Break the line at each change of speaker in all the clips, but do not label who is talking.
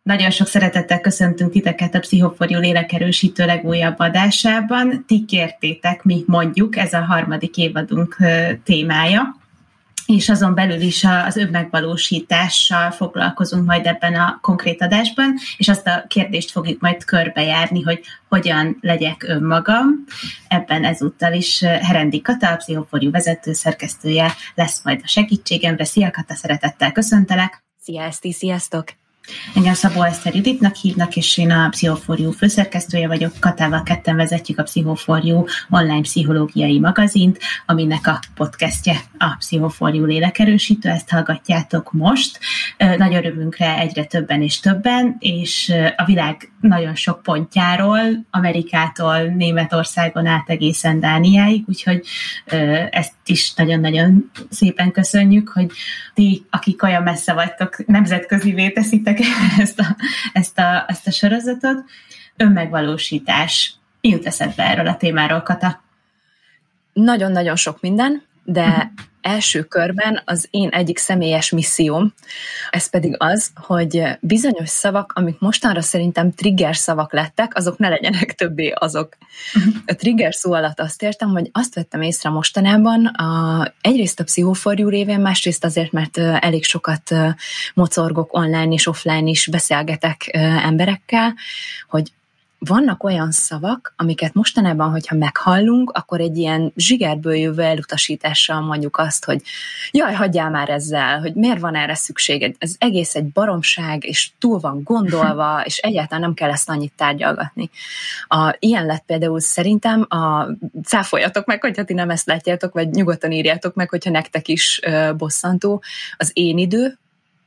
Nagyon sok szeretettel köszöntünk titeket a Pszicho4U lélekerősítő legújabb adásában. Ti kértétek, mi mondjuk, ez a harmadik évadunk témája, és azon belül is az önmegvalósítással foglalkozunk majd ebben a konkrét adásban, és azt a kérdést fogjuk majd körbejárni, hogy hogyan legyek önmagam. Ebben ezúttal is Herendi Kata, a Pszicho4U vezető szerkesztője lesz majd a segítségemre. Szia Kata, szeretettel köszöntelek!
Szia Eszti, sziasztok!
Engem Szabó Eszter Juditnak hívnak, és én a Pszicho4U főszerkesztője vagyok. Katával ketten vezetjük a Pszicho4U online pszichológiai magazint, aminek a podcastje a Pszicho4U lélekerősítő, ezt hallgatjátok most. Nagy örömünkre egyre többen és többen, és a világ nagyon sok pontjáról, Amerikától Németországon át egészen Dániáig, úgyhogy ezt is nagyon-nagyon szépen köszönjük, hogy ti, akik olyan messze vagytok, nemzetközivé teszitek ezt a sorozatot. Önmegvalósítás. Mi jut eszedbe erről a témáról, Kata?
Nagyon-nagyon sok minden, de első körben az én egyik személyes misszióm, ez pedig az, hogy bizonyos szavak, amik mostanra szerintem trigger szavak lettek, azok ne legyenek többé azok. A trigger szó alatt azt értem, hogy azt vettem észre mostanában, egyrészt a Pszicho4U révén, másrészt azért, mert elég sokat mocorgok online és offline is, beszélgetek emberekkel, hogy vannak olyan szavak, amiket mostanában, hogyha meghallunk, akkor egy ilyen zsigerből jövő elutasítással mondjuk azt, hogy jaj, hagyjál már ezzel, hogy miért van erre szükséged. Ez egész egy baromság, és túl van gondolva, és egyáltalán nem kell ezt annyit tárgyalgatni. Ilyen lett például szerintem, cáfoljatok meg, hogyha ti nem ezt látjátok, vagy nyugodtan írjátok meg, hogyha nektek is bosszantó, az én idő.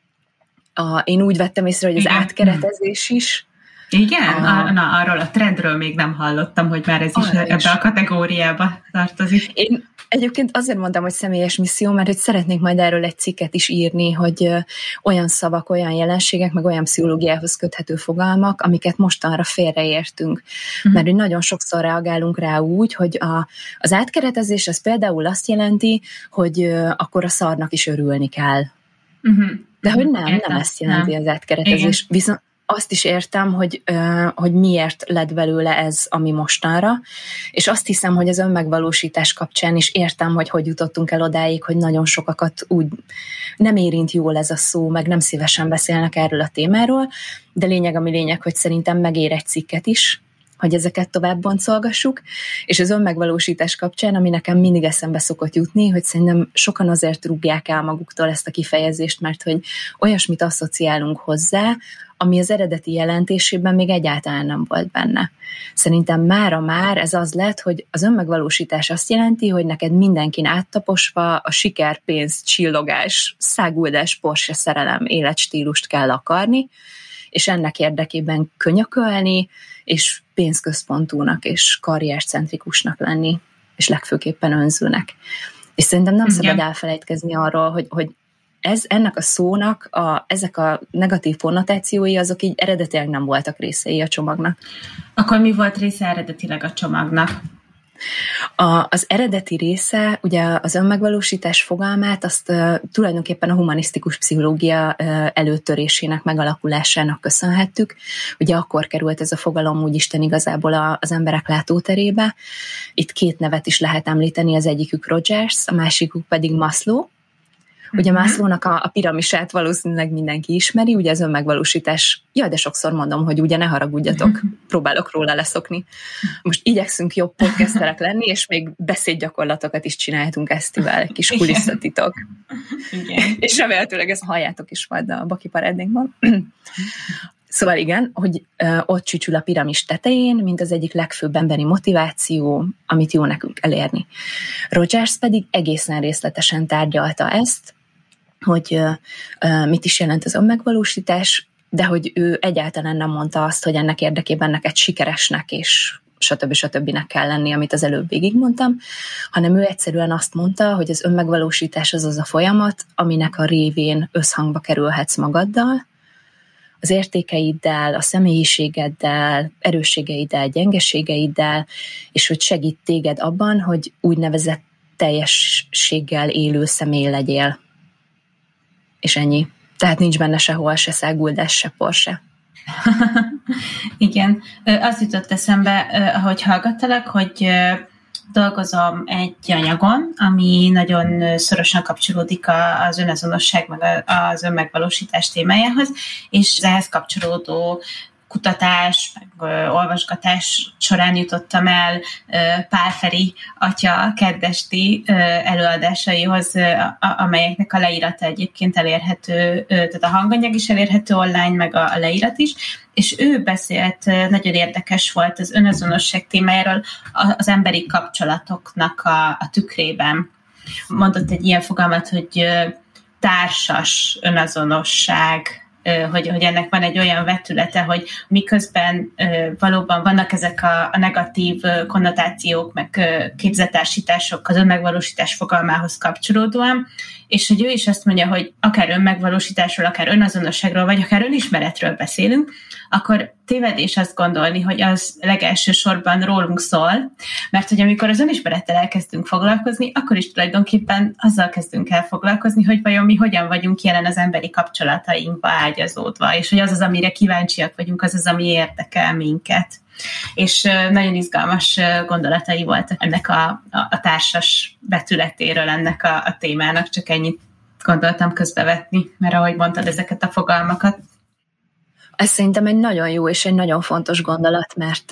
Én úgy vettem észre, hogy az átkeretezés is.
Igen? Arról a trendről még nem hallottam, hogy már ez is ebbe a kategóriába tartozik.
Én egyébként azért mondtam, hogy személyes misszió, mert hogy szeretnék majd erről egy cikket is írni, hogy olyan szavak, olyan jelenségek, meg olyan pszichológiához köthető fogalmak, amiket mostanra félreértünk. Mert hogy nagyon sokszor reagálunk rá úgy, hogy az átkeretezés az például azt jelenti, hogy akkor a szarnak is örülni kell. De hogy nem ezt jelenti az átkeretezés. Viszont azt is értem, hogy miért lett belőle ez, ami mostanra, és azt hiszem, hogy az önmegvalósítás kapcsán is értem, hogy jutottunk el odáig, hogy nagyon sokakat úgy nem érint jól ez a szó, meg nem szívesen beszélnek erről a témáról, de lényeg, ami lényeg, hogy szerintem megér egy cikket is, hogy ezeket tovább boncolgassuk, és az önmegvalósítás kapcsán, ami nekem mindig eszembe szokott jutni, hogy szerintem sokan azért rúgják el maguktól ezt a kifejezést, mert hogy olyasmit asszociálunk hozzá, ami az eredeti jelentésében még egyáltalán nem volt benne. Szerintem mára már ez az lett, hogy az önmegvalósítás azt jelenti, hogy neked mindenkin áttaposva a siker, pénz, csillogás, száguldás, Porsche szerelem életstílust kell akarni, és ennek érdekében könyökölni, és pénzközpontúnak és karriercentrikusnak lenni, és legfőképpen önzőnek. És szerintem nem szabad elfelejtkezni arról, hogy ennek a szónak ezek a negatív konnotációi, azok így eredetileg nem voltak részei a csomagnak.
Akkor mi volt része eredetileg a csomagnak?
Az eredeti része, ugye az önmegvalósítás fogalmát, azt tulajdonképpen a humanisztikus pszichológia előtörésének, megalakulásának köszönhettük. Ugye akkor került ez a fogalom úgyisten igazából az emberek látóterébe. Itt két nevet is lehet említeni, az egyikük Rogers, a másikuk pedig Maslow. Ugye Maslownak a piramisát valószínűleg mindenki ismeri, ugye az önmegvalósítás, de sokszor mondom, hogy ugye ne haragudjatok, próbálok róla leszokni. Most igyekszünk jobb podcasterek lenni, és még beszédgyakorlatokat is csináltunk Esztivel, egy kis kulisszatitok. Igen. És remélhetőleg ezt halljátok is majd a Baki parádénkban. Szóval igen, hogy ott csücsül a piramis tetején, mint az egyik legfőbb emberi motiváció, amit jó nekünk elérni. Rogers pedig egészen részletesen tárgyalta ezt, hogy mit is jelent az önmegvalósítás, de hogy ő egyáltalán nem mondta azt, hogy ennek érdekében neked sikeresnek és stb. Kell lenni, amit az előbb végigmondtam, hanem ő egyszerűen azt mondta, hogy az önmegvalósítás az a folyamat, aminek a révén összhangba kerülhetsz magaddal, az értékeiddel, a személyiségeddel, erősségeiddel, gyengeségeiddel, és hogy segít téged abban, hogy úgynevezett teljességgel élő személy legyél. És ennyi. Tehát nincs benne sehol se száguldás, se Porsche.
Igen, az jutott eszembe, ahogy hallgattalak, hogy dolgozom egy anyagon, ami nagyon szorosan kapcsolódik az önazonosság, meg az önmegvalósítás témájához, és ehhez kapcsolódó kutatás, meg olvasgatás során jutottam el Pál Feri atya keddesti előadásaihoz, amelyeknek a leírata egyébként elérhető, tehát a hanganyag is elérhető online, meg a leírat is, és ő beszélt, nagyon érdekes volt az önazonosság témájáról az emberi kapcsolatoknak a tükrében. Mondott egy ilyen fogalmat, hogy társas önazonosság, hogy ennek van egy olyan vetülete, hogy miközben valóban vannak ezek a negatív konnotációk, meg képzettársítások az önmegvalósítás fogalmához kapcsolódóan, és hogy ő is azt mondja, hogy akár önmegvalósításról, akár önazonosságról, vagy akár önismeretről beszélünk, akkor tévedés azt gondolni, hogy az legelső sorban rólunk szól, mert hogy amikor az önismerettel elkezdünk foglalkozni, akkor is tulajdonképpen azzal kezdünk el foglalkozni, hogy vajon mi hogyan vagyunk jelen az emberi kapcsolatainkba ágyazódva, és hogy az az, amire kíváncsiak vagyunk, az az, ami érdekel minket. És nagyon izgalmas gondolatai voltak ennek a társas betületéről, ennek a témának, csak ennyit gondoltam közbevetni, mert ahogy mondtad ezeket a fogalmakat.
Ez szerintem egy nagyon jó és egy nagyon fontos gondolat, mert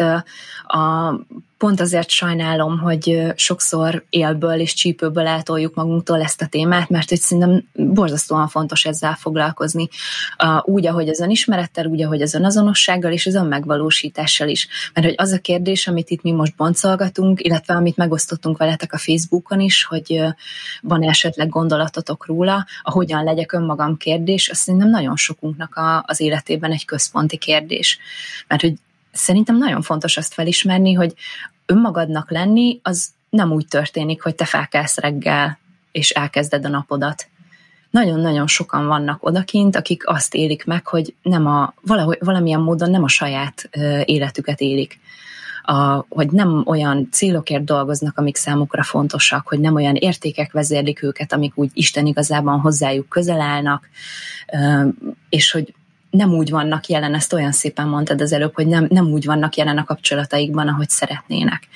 pont azért sajnálom, hogy sokszor élből és csípőből eltoljuk magunktól ezt a témát, mert hogy szerintem borzasztóan fontos ezzel foglalkozni. Úgy, ahogy az önismerettel, úgy, ahogy az önazonossággal és az önmegvalósítással is. Mert hogy az a kérdés, amit itt mi most boncolgatunk, illetve amit megosztottunk veletek a Facebookon is, hogy van esetleg gondolatotok róla, a hogyan legyek önmagam kérdés, azt szerintem nagyon sokunknak az életében egy központi kérdés. Mert hogy szerintem nagyon fontos azt felismerni, hogy önmagadnak lenni, az nem úgy történik, hogy te felkelsz reggel, és elkezded a napodat. Nagyon-nagyon sokan vannak odakint, akik azt élik meg, hogy valamilyen módon nem a saját életüket élik. Hogy nem olyan célokért dolgoznak, amik számukra fontosak, hogy nem olyan értékek vezérlik őket, amik úgy Isten igazában hozzájuk közel állnak, és hogy nem úgy vannak jelen, ezt olyan szépen mondtad az előbb, hogy nem úgy vannak jelen a kapcsolataikban, ahogy szeretnének.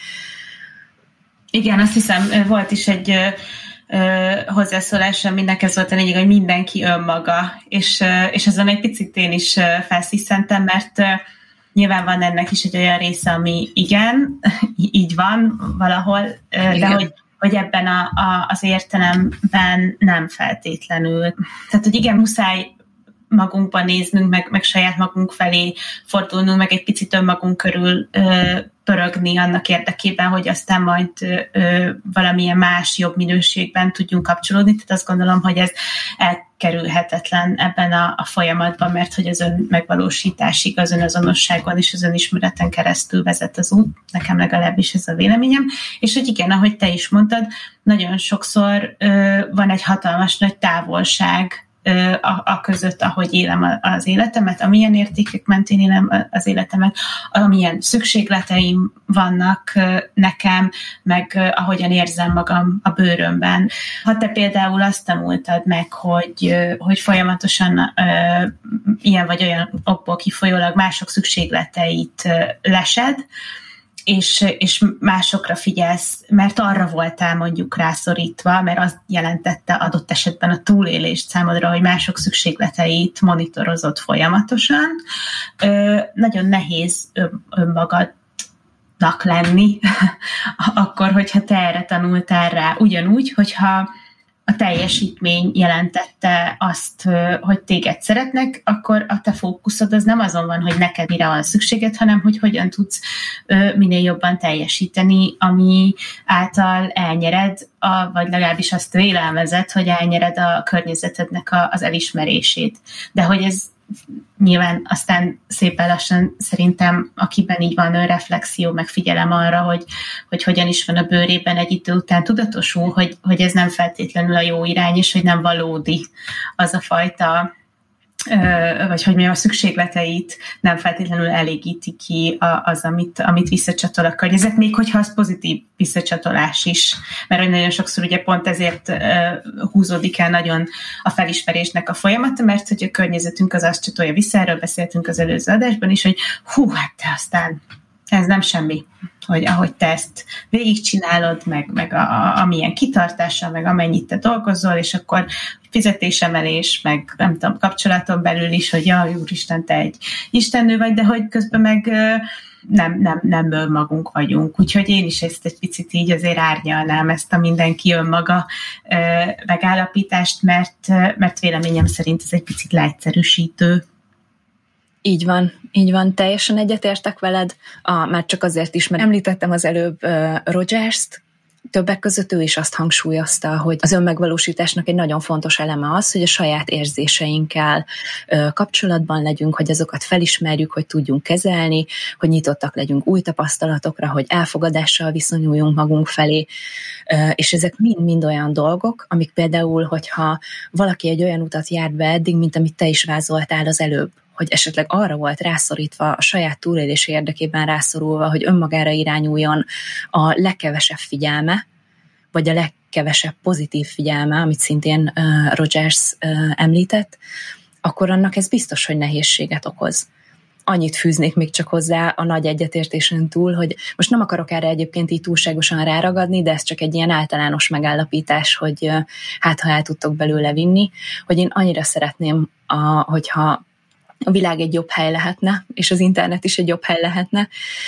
Igen, azt hiszem, volt is egy hozzászólása, mindenki ez volt a lényeg, hogy mindenki önmaga, és azon egy picit én is felszisszentem, mert nyilván van ennek is egy olyan része, ami igen, így van valahol, de hogy ebben az értelemben nem feltétlenül. Tehát, hogy igen, muszáj magunkban néznünk, meg saját magunk felé fordulnunk, meg egy picit önmagunk körül pörögni annak érdekében, hogy aztán majd valamilyen más, jobb minőségben tudjunk kapcsolódni. Tehát azt gondolom, hogy ez elkerülhetetlen ebben a folyamatban, mert hogy az önmegvalósításig, az önazonosságon és az önismereten keresztül vezet az út. Nekem legalábbis ez a véleményem. És hogy igen, ahogy te is mondtad, nagyon sokszor van egy hatalmas nagy távolság a között, ahogy élem az életemet, amilyen értékek mentén élem az életemet, amilyen szükségleteim vannak nekem, meg ahogyan érzem magam a bőrömben. Ha te például azt tanultad meg, hogy folyamatosan ilyen vagy olyan okból kifolyólag mások szükségleteit lesed, és másokra figyelsz, mert arra voltál mondjuk rászorítva, mert az jelentette adott esetben a túlélést számodra, hogy mások szükségleteit monitorozott folyamatosan. Nagyon nehéz önmagadnak lenni, akkor, hogyha te erre tanultál rá. Ugyanúgy, hogyha a teljesítmény jelentette azt, hogy téged szeretnek, akkor a te fókuszod az nem azon van, hogy neked mire van szükséged, hanem hogy hogyan tudsz minél jobban teljesíteni, ami által elnyered, vagy legalábbis azt vélelmezed, hogy elnyered a környezetednek az elismerését. De hogy ez nyilván aztán szépen lassan szerintem, akiben így van önreflexió, meg figyelem arra, hogy hogyan is van a bőrében egy idő után tudatosul, hogy ez nem feltétlenül a jó irány, és hogy nem valódi az a fajta vagy hogy mondjam, a szükségleteit nem feltétlenül elégíti ki az, amit visszacsatol a környezet, még hogyha az pozitív visszacsatolás is. Mert hogy nagyon sokszor ugye pont ezért húzódik el nagyon a felismerésnek a folyamata, mert hogy a környezetünk az azt csatolja vissza, erről beszéltünk az előző adásban is, hogy hát te aztán ez nem semmi, hogy ahogy te ezt végigcsinálod, meg amilyen kitartással, meg amennyit te dolgozol, és akkor fizetésemelés, meg nem tudom, kapcsolaton belül is, hogy jaj, úristen, te egy istennő vagy, de hogy közben meg nem önmagunk vagyunk. Úgyhogy én is ezt egy picit így azért árnyalnám, ezt a mindenki önmaga megállapítást, mert véleményem szerint ez egy picit leegyszerűsítő.
Így van, teljesen egyetértek veled, már csak azért is, mert említettem az előbb Rogerst, többek között ő is azt hangsúlyozta, hogy az önmegvalósításnak egy nagyon fontos eleme az, hogy a saját érzéseinkkel kapcsolatban legyünk, hogy azokat felismerjük, hogy tudjunk kezelni, hogy nyitottak legyünk új tapasztalatokra, hogy elfogadással viszonyuljunk magunk felé, és ezek mind-mind olyan dolgok, amik például, hogyha valaki egy olyan utat járt be eddig, mint amit te is vázoltál az előbb, hogy esetleg arra volt rászorítva, a saját túlélési érdekében rászorulva, hogy önmagára irányuljon a legkevesebb figyelme, vagy a legkevesebb pozitív figyelme, amit szintén Rogers említett, akkor annak ez biztos, hogy nehézséget okoz. Annyit fűznék még csak hozzá a nagy egyetértésen túl, hogy most nem akarok erre egyébként így túlságosan ráragadni, de ez csak egy ilyen általános megállapítás, hogy hát ha el tudtok belőle vinni, hogy én annyira szeretném, hogyha a világ egy jobb hely lehetne, és az internet is egy jobb hely lehetne,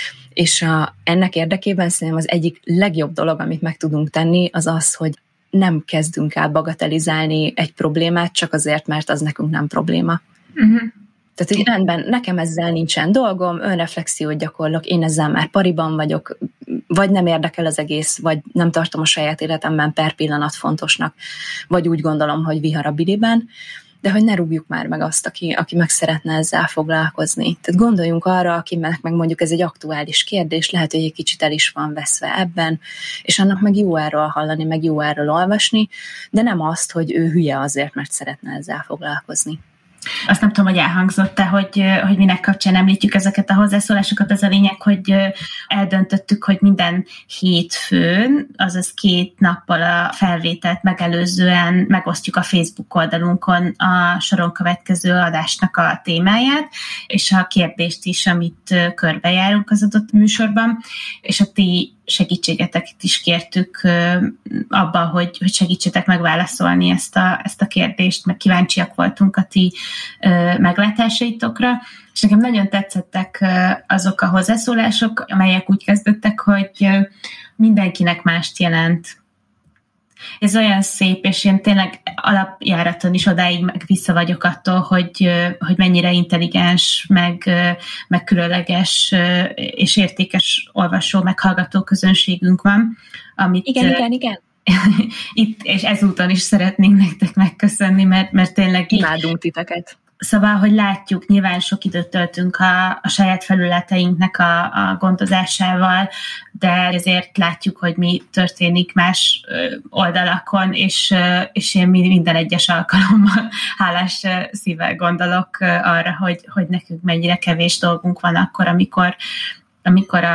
és ennek érdekében szerintem az egyik legjobb dolog, amit meg tudunk tenni, az az, hogy nem kezdünk el bagatelizálni egy problémát, csak azért, mert az nekünk nem probléma. Uh-huh. Tehát, hogy rendben, nekem ezzel nincsen dolgom, önreflexiót gyakorlok, én ezzel már pariban vagyok, vagy nem érdekel az egész, vagy nem tartom a saját életemben per pillanat fontosnak, vagy úgy gondolom, hogy vihar a biliben, de hogy ne rúgjuk már meg azt, aki meg szeretne ezzel foglalkozni. Tehát gondoljunk arra, akinek meg mondjuk ez egy aktuális kérdés, lehet, hogy egy kicsit el is van veszve ebben, és annak meg jó erről hallani, meg jó erről olvasni, de nem azt, hogy ő hülye azért, mert szeretne ezzel foglalkozni.
Azt nem tudom, hogy elhangzott-e, hogy minek kapcsán említjük ezeket a hozzászólásokat. Az a lényeg, hogy eldöntöttük, hogy minden hétfőn, azaz 2 nappal a felvételt megelőzően megosztjuk a Facebook oldalunkon a soron következő adásnak a témáját, és a kérdést is, amit körbejárunk az adott műsorban, és a ti segítségeteket is kértük abban, hogy segítsetek megválaszolni ezt a kérdést, meg kíváncsiak voltunk a ti meglátásaitokra, és nekem nagyon tetszettek azok a hozzászólások, amelyek úgy kezdődtek, hogy mindenkinek mást jelent. Ez olyan szép, és én tényleg alapjáraton is odáig meg vissza vagyok attól, hogy mennyire intelligens, meg különleges és értékes olvasó, meg hallgató közönségünk van. Amit,
igen.
Itt és ezúton is szeretnénk nektek megköszönni, mert tényleg
imádunk titeket.
Szóval, hogy látjuk, nyilván sok időt töltünk a saját felületeinknek a gondozásával, de ezért látjuk, hogy mi történik más oldalakon, és én minden egyes alkalommal hálás szívvel gondolok arra, hogy nekünk mennyire kevés dolgunk van akkor, amikor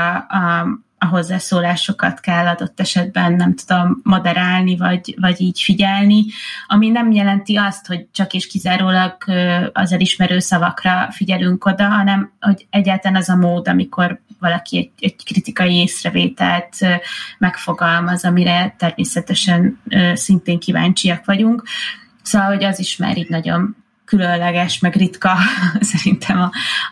a hozzászólásokat kell adott esetben, nem tudom, moderálni, vagy így figyelni, ami nem jelenti azt, hogy csak és kizárólag az elismerő szavakra figyelünk oda, hanem hogy egyáltalán az a mód, amikor valaki egy kritikai észrevételt megfogalmaz, amire természetesen szintén kíváncsiak vagyunk. Szóval, hogy az is már így nagyon különleges, meg ritka szerintem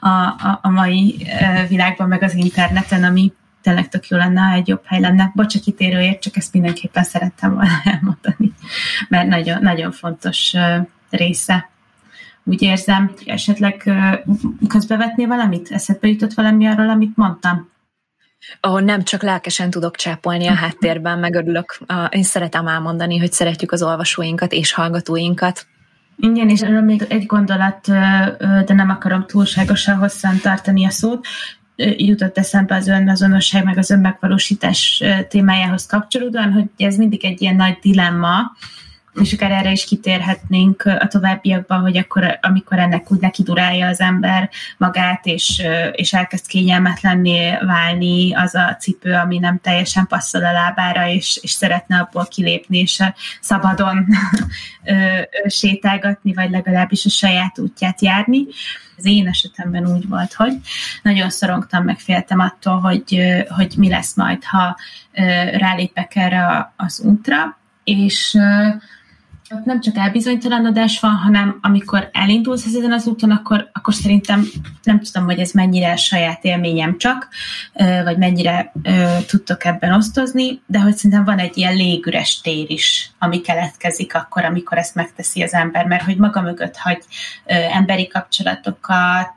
a mai világban, meg az interneten, ami tényleg tök jó lenne, ha egy jobb hely lenne. Bocs, a kitérőért, csak ezt mindenképpen szerettem volna elmondani, mert nagyon, nagyon fontos része. Úgy érzem, esetleg közbevetnél valamit? Eszedbe jutott valami arról, amit mondtam?
Nem, csak lelkesen tudok csápolni a háttérben, meg örülök. Én szeretem elmondani, hogy szeretjük az olvasóinkat és hallgatóinkat.
Igen, és erről még egy gondolat, de nem akarom túlságosan hosszan tartani a szót, jutott eszembe az önazonosság meg az önmegvalósítás témájához kapcsolódóan, hogy ez mindig egy ilyen nagy dilemma, és akár erre is kitérhetnénk a továbbiakban, hogy akkor, amikor ennek úgy nekidurálja az ember magát, és elkezd kényelmetlenné válni az a cipő, ami nem teljesen passzol a lábára, és szeretne abból kilépni, és szabadon sétálgatni, vagy legalábbis a saját útját járni. Az én esetemben úgy volt, hogy nagyon szorongtam, meg féltem attól, hogy mi lesz majd, ha rálépek erre az útra, és nem csak elbizonytalanodás van, hanem amikor elindulsz ezen az úton, akkor szerintem nem tudom, hogy ez mennyire saját élményem csak, vagy mennyire tudtok ebben osztozni, de hogy szerintem van egy ilyen légüres tér is, ami keletkezik akkor, amikor ezt megteszi az ember, mert hogy maga mögött hagy emberi kapcsolatokat,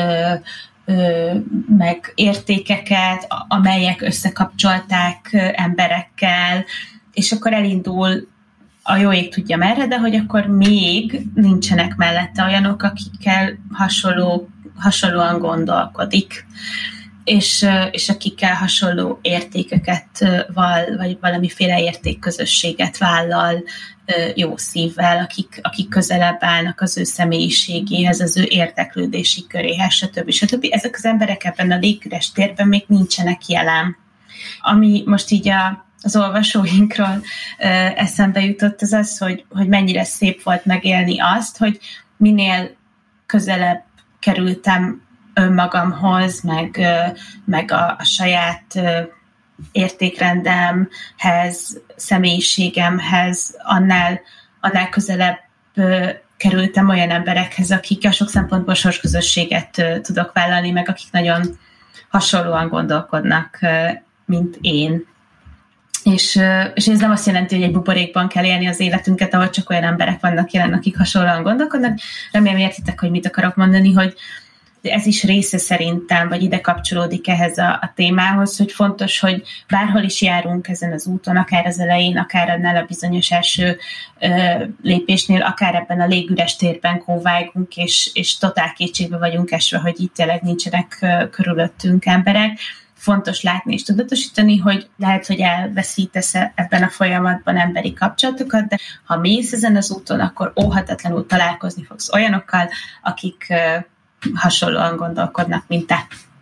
meg értékeket, amelyek összekapcsolták emberekkel, és akkor elindul a jó ég tudja merre, de hogy akkor még nincsenek mellette olyanok, akikkel hasonlóan gondolkodik, és akikkel hasonló értékeket vagy valamiféle értékközösséget vállal jó szívvel, akik közelebb állnak az ő személyiségéhez, az ő érdeklődési köréhez, stb. Ezek az emberek ebben a légüres térben még nincsenek jelen. Ami most így az olvasóinkról eszembe jutott, az, hogy mennyire szép volt megélni azt, hogy minél közelebb kerültem önmagamhoz, meg a saját értékrendemhez, személyiségemhez, annál közelebb kerültem olyan emberekhez, akikkel sok szempontból sorsközösséget tudok vállalni, meg akik nagyon hasonlóan gondolkodnak, mint én. És ez nem azt jelenti, hogy egy buborékban kell élni az életünket, ahol csak olyan emberek vannak jelen, akik hasonlóan gondolkodnak. Remélem értitek, hogy mit akarok mondani, hogy ez is része szerintem, vagy ide kapcsolódik ehhez a témához, hogy fontos, hogy bárhol is járunk ezen az úton, akár az elején, akár annál a bizonyos első lépésnél, akár ebben a légüres térben kóvágunk, és totál kétségbe vagyunk esve, hogy itt tényleg nincsenek körülöttünk emberek. Fontos látni és tudatosítani, hogy lehet, hogy elveszítesz ebben a folyamatban emberi kapcsolatokat, de ha mész ezen az úton, akkor óhatatlanul találkozni fogsz olyanokkal, akik hasonlóan gondolkodnak, mint te.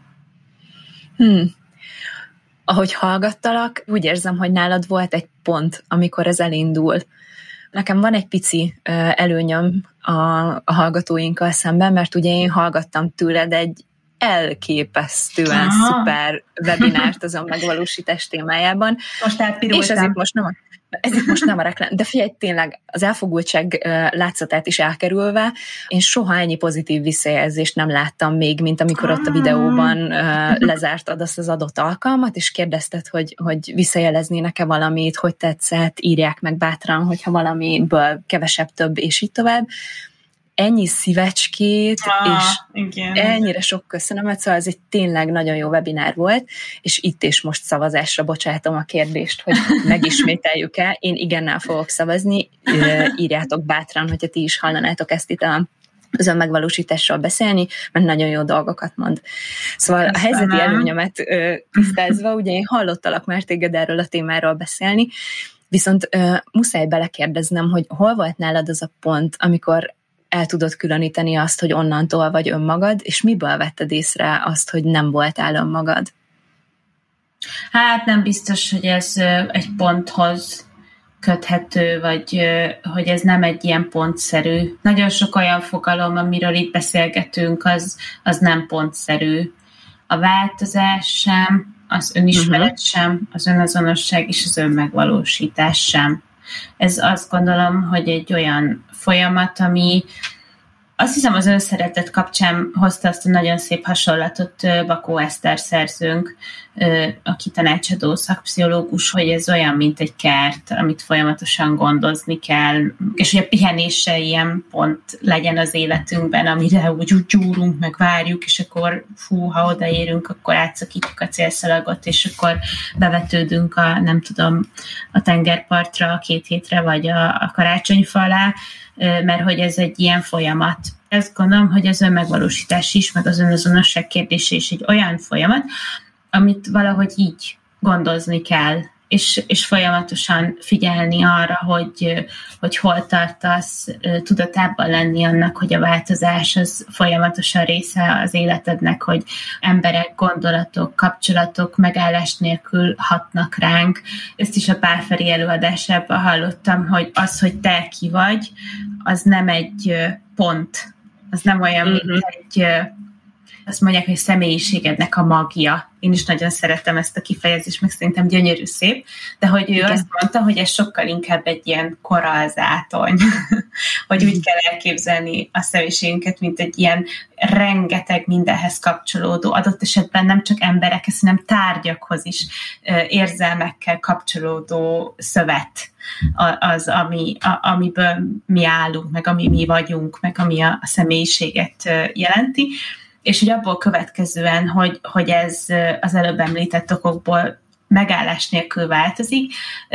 Ahogy hallgattalak, úgy érzem, hogy nálad volt egy pont, amikor ez elindul. Nekem van egy pici előnyöm a hallgatóinkkal szemben, mert ugye én hallgattam tőled egy elképesztően szuper webinárt az önmegvalósítás témájában.
Most átpirultam.
És ez itt most nem a reklám, de figyelj, tényleg az elfogultság látszatát is elkerülve, én soha ennyi pozitív visszajelzést nem láttam még, mint amikor ott a videóban lezártad azt az adott alkalmat, és kérdezted, hogy visszajeleznének-e valamit, hogy tetszett, írják meg bátran, hogyha valamiből kevesebb, több, és így tovább. Ennyi szívecskét, és
igen.
Ennyire sok köszönömet, szóval ez egy tényleg nagyon jó webinár volt, és itt és most szavazásra bocsátom a kérdést, hogy megismételjük-e. Én igennel fogok szavazni, írjátok bátran, hogyha ti is hallanátok ezt itt az önmegvalósításról beszélni, mert nagyon jó dolgokat mond. Szóval a helyzeti előnyömet tisztázva, ugye én hallottalak már téged erről a témáról beszélni, viszont muszáj belekérdeznem, hogy hol volt nálad az a pont, amikor el tudod különíteni azt, hogy onnantól vagy önmagad, és miből vetted észre azt, hogy nem voltál önmagad?
Hát nem biztos, hogy ez egy ponthoz köthető, vagy hogy ez nem egy ilyen pontszerű. Nagyon sok olyan fogalom, amiről itt beszélgetünk, az nem pontszerű. A változás sem, az önismeret sem, az önazonosság és az önmegvalósítás sem. Ez azt gondolom, hogy egy olyan folyamat, ami azt hiszem az önszeretet kapcsán hozta azt a nagyon szép hasonlatot Bakó Eszter szerzőnk, aki tanácsadó szakpszichológus, hogy ez olyan, mint egy kert, amit folyamatosan gondozni kell, és hogy a pihenéssel ilyen pont legyen az életünkben, amire úgy gyúrunk, meg várjuk, és akkor ha odaérünk, akkor átszakítjuk a célszalagot, és akkor bevetődünk a tengerpartra 2 hétre, vagy a karácsonyfa alá, mert hogy ez egy ilyen folyamat. Ezt gondolom, hogy az önmegvalósítás is, meg az önazonosság kérdése is egy olyan folyamat, amit valahogy így gondozni kell, és folyamatosan figyelni arra, hogy hol tartasz, tudatában lenni annak, hogy a változás az folyamatosan része az életednek, hogy emberek, gondolatok, kapcsolatok megállás nélkül hatnak ránk. Ezt is a Pál Feri előadásában hallottam, hogy az, hogy te ki vagy, az nem egy pont, az nem olyan, mint egy, azt mondják, hogy személyiségednek a magja. Én is nagyon szeretem ezt a kifejezést, meg szerintem gyönyörű szép, de hogy ő azt mondta, hogy ez sokkal inkább egy ilyen korallzátony, hogy úgy kell elképzelni a személyiségünket, mint egy ilyen rengeteg mindenhez kapcsolódó, adott esetben nem csak emberekhez, hanem tárgyakhoz is érzelmekkel kapcsolódó szövet az, amiből mi állunk, meg ami mi vagyunk, meg ami a személyiséget jelenti. És hogy abból következően, hogy ez az előbb említett okokból megállás nélkül változik,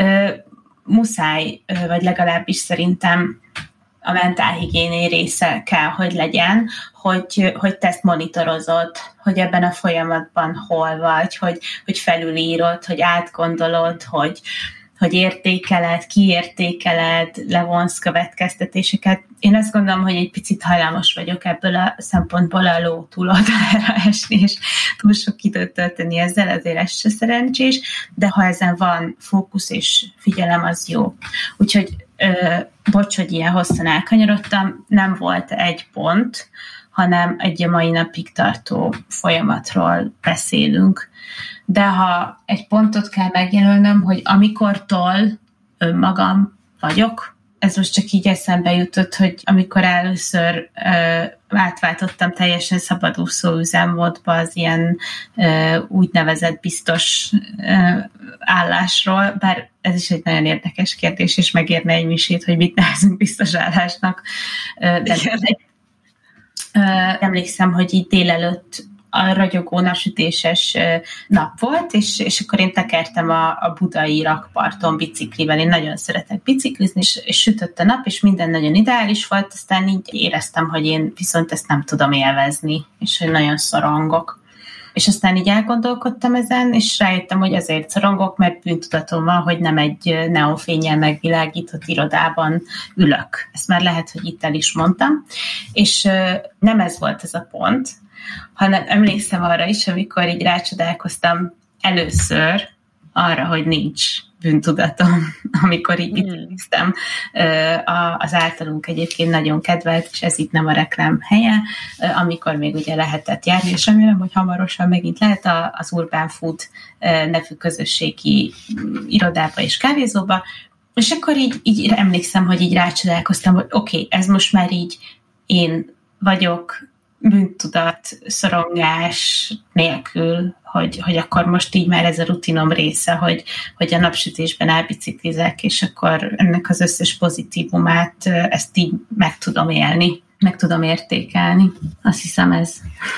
muszáj, vagy legalábbis szerintem a mentálhigiéné része kell, hogy legyen, hogy te ezt monitorozod, hogy ebben a folyamatban hol vagy, hogy felülírod, hogy átgondolod, hogy értékeled, kiértékeled, levonsz következtetéseket. Én azt gondolom, hogy egy picit hajlamos vagyok ebből a szempontból a ló túloldalára esni, és túl sok időt tölteni ezzel, azért ez se szerencsés, de ha ezen van fókusz és figyelem, az jó. Úgyhogy bocs, hogy ilyen hosszan elkanyarodtam, nem volt egy pont, hanem egy a mai napig tartó folyamatról beszélünk. De ha egy pontot kell megjelölnöm, hogy amikortól önmagam vagyok, ez most csak így eszembe jutott, hogy amikor először átváltottam teljesen szabadúszó üzemmódba az ilyen úgynevezett biztos állásról, bár ez is egy nagyon érdekes kérdés, és megérne egy misét, hogy mit nevezünk biztos állásnak. De emlékszem, hogy így délelőtt a ragyogó napsütéses nap volt, és akkor én tekertem a budai rakparton biciklivel. Én nagyon szeretek biciklizni, és sütött a nap, és minden nagyon ideális volt, aztán így éreztem, hogy én viszont ezt nem tudom élvezni, és hogy nagyon szorongok. És aztán így elgondolkodtam ezen, és rájöttem, hogy azért szorongok, mert bűntudatom van, hogy nem egy neonfénnyel megvilágított irodában ülök. Ezt már lehet, hogy itt el is mondtam. És nem ez volt ez a pont, hanem emlékszem arra is, amikor így rácsodálkoztam először arra, hogy nincs bűntudatom, amikor így bicikliztem az általunk egyébként nagyon kedvelt, és ez itt nem a reklám helye, amikor még ugye lehetett járni, és remélem, hogy hamarosan megint lehet az Urban Food nevű közösségi irodába és kávézóba, és akkor így emlékszem, hogy így rácsodálkoztam, hogy oké, ez most már így én vagyok, bűntudat, szorongás nélkül, hogy akkor most így már ez a rutinom része, hogy a napsütésben elbiciklizek, és akkor ennek az összes pozitívumát ezt így meg tudom élni, meg tudom értékelni. Azt hiszem ez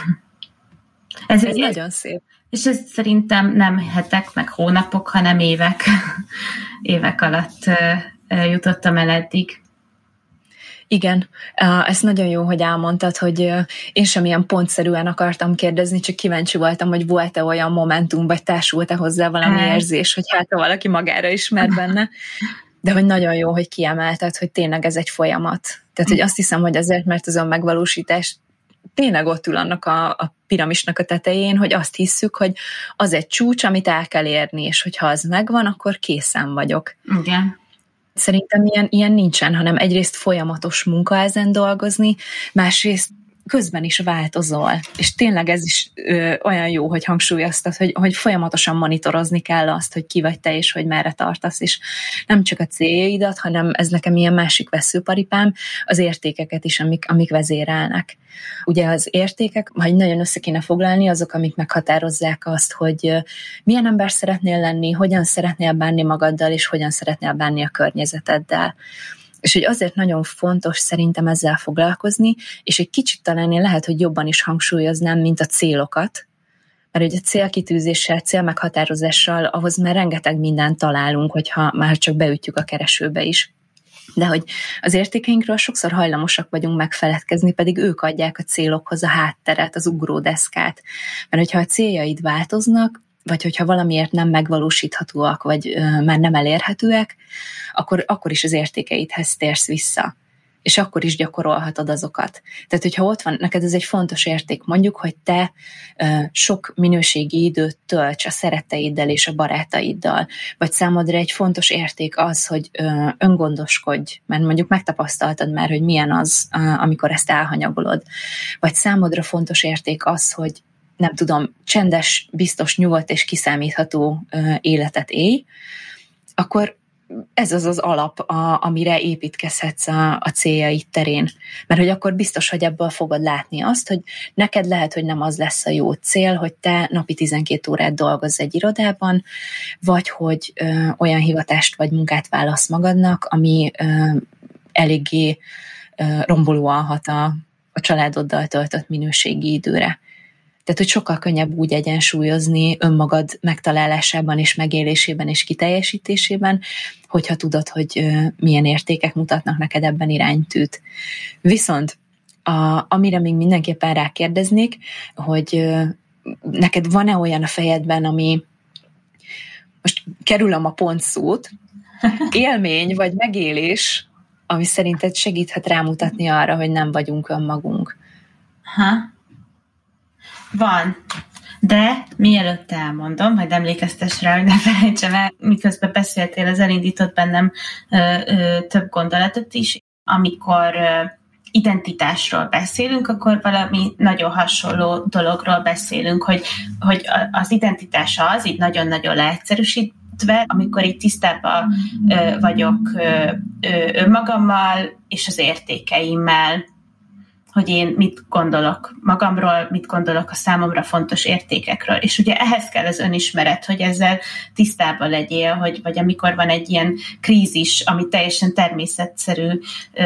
nagyon szép.
És ez szerintem nem hetek, meg hónapok, hanem évek alatt jutottam el eddig.
Igen, ez nagyon jó, hogy elmondtad, hogy én sem ilyen pontszerűen akartam kérdezni, csak kíváncsi voltam, hogy volt-e olyan momentum, vagy társult-e hozzá valami érzés, hogy hát valaki magára ismer benne, de hogy nagyon jó, hogy kiemelted, hogy tényleg ez egy folyamat. Tehát, hogy azt hiszem, hogy azért, mert ez a megvalósítás tényleg ott ül annak a piramisnak a tetején, hogy azt hisszük, hogy az egy csúcs, amit el kell érni, és hogyha az megvan, akkor készen vagyok.
Igen.
Szerintem ilyen nincsen, hanem egyrészt folyamatos munka ezen dolgozni, másrészt közben is változol. És tényleg ez is olyan jó, hogy hangsúlyoztad, hogy folyamatosan monitorozni kell azt, hogy ki vagy te, és hogy merre tartasz, és nem csak a céljaidat, hanem ez nekem ilyen másik veszőparipám, az értékeket is, amik vezérelnek. Ugye az értékek, ha nagyon össze kéne foglalni, azok, amik meghatározzák azt, hogy milyen ember szeretnél lenni, hogyan szeretnél bánni magaddal, és hogyan szeretnél bánni a környezeteddel. És hogy azért nagyon fontos szerintem ezzel foglalkozni, és egy kicsit talán én lehet, hogy jobban is hangsúlyoznám, mint a célokat, mert ugye a célkitűzéssel, célmeghatározással ahhoz már rengeteg mindent találunk, hogyha már csak beütjük a keresőbe is. De hogy az értékeinkről sokszor hajlamosak vagyunk megfeledkezni, pedig ők adják a célokhoz a hátteret, az ugródeszkát. Mert hogyha a céljaid változnak, vagy hogyha valamiért nem megvalósíthatóak, vagy már nem elérhetőek, akkor is az értékeidhez térsz vissza. És akkor is gyakorolhatod azokat. Tehát, hogyha ott van, neked ez egy fontos érték, mondjuk, hogy te sok minőségi időt tölts a szeretteiddel és a barátaiddal, vagy számodra egy fontos érték az, hogy öngondoskodj, mert mondjuk megtapasztaltad már, hogy milyen az, amikor ezt elhanyagolod. Vagy számodra fontos érték az, hogy nem tudom, csendes, biztos, nyugodt és kiszámítható életet élj, akkor ez az alap, amire építkezhetsz a céljaid terén. Mert hogy akkor biztos, hogy ebből fogod látni azt, hogy neked lehet, hogy nem az lesz a jó cél, hogy te napi 12 órát dolgozz egy irodában, vagy hogy olyan hivatást vagy munkát válasz magadnak, ami eléggé rombolóan hat a családoddal töltött minőségi időre. Tehát, hogy sokkal könnyebb úgy egyensúlyozni önmagad megtalálásában és megélésében és kiteljesítésében, hogyha tudod, hogy milyen értékek mutatnak neked ebben iránytűt. Viszont amire még mindenképpen rákérdeznék, hogy neked van-e olyan a fejedben, ami, most kerülöm a pontszót, élmény vagy megélés, ami szerinted segíthet rámutatni arra, hogy nem vagyunk önmagunk?
Van, de mielőtt elmondom, hogy emlékeztes rá, hogy ne felejtsem el, miközben beszéltél, az elindított bennem több gondolatot is. Amikor identitásról beszélünk, akkor valami nagyon hasonló dologról beszélünk, hogy az identitás az, így nagyon-nagyon leegyszerűsítve, amikor így tisztában vagyok önmagammal és az értékeimmel, hogy én mit gondolok magamról, mit gondolok a számomra fontos értékekről. És ugye ehhez kell az önismeret, hogy ezzel tisztában legyél, vagy amikor van egy ilyen krízis, ami teljesen természetszerű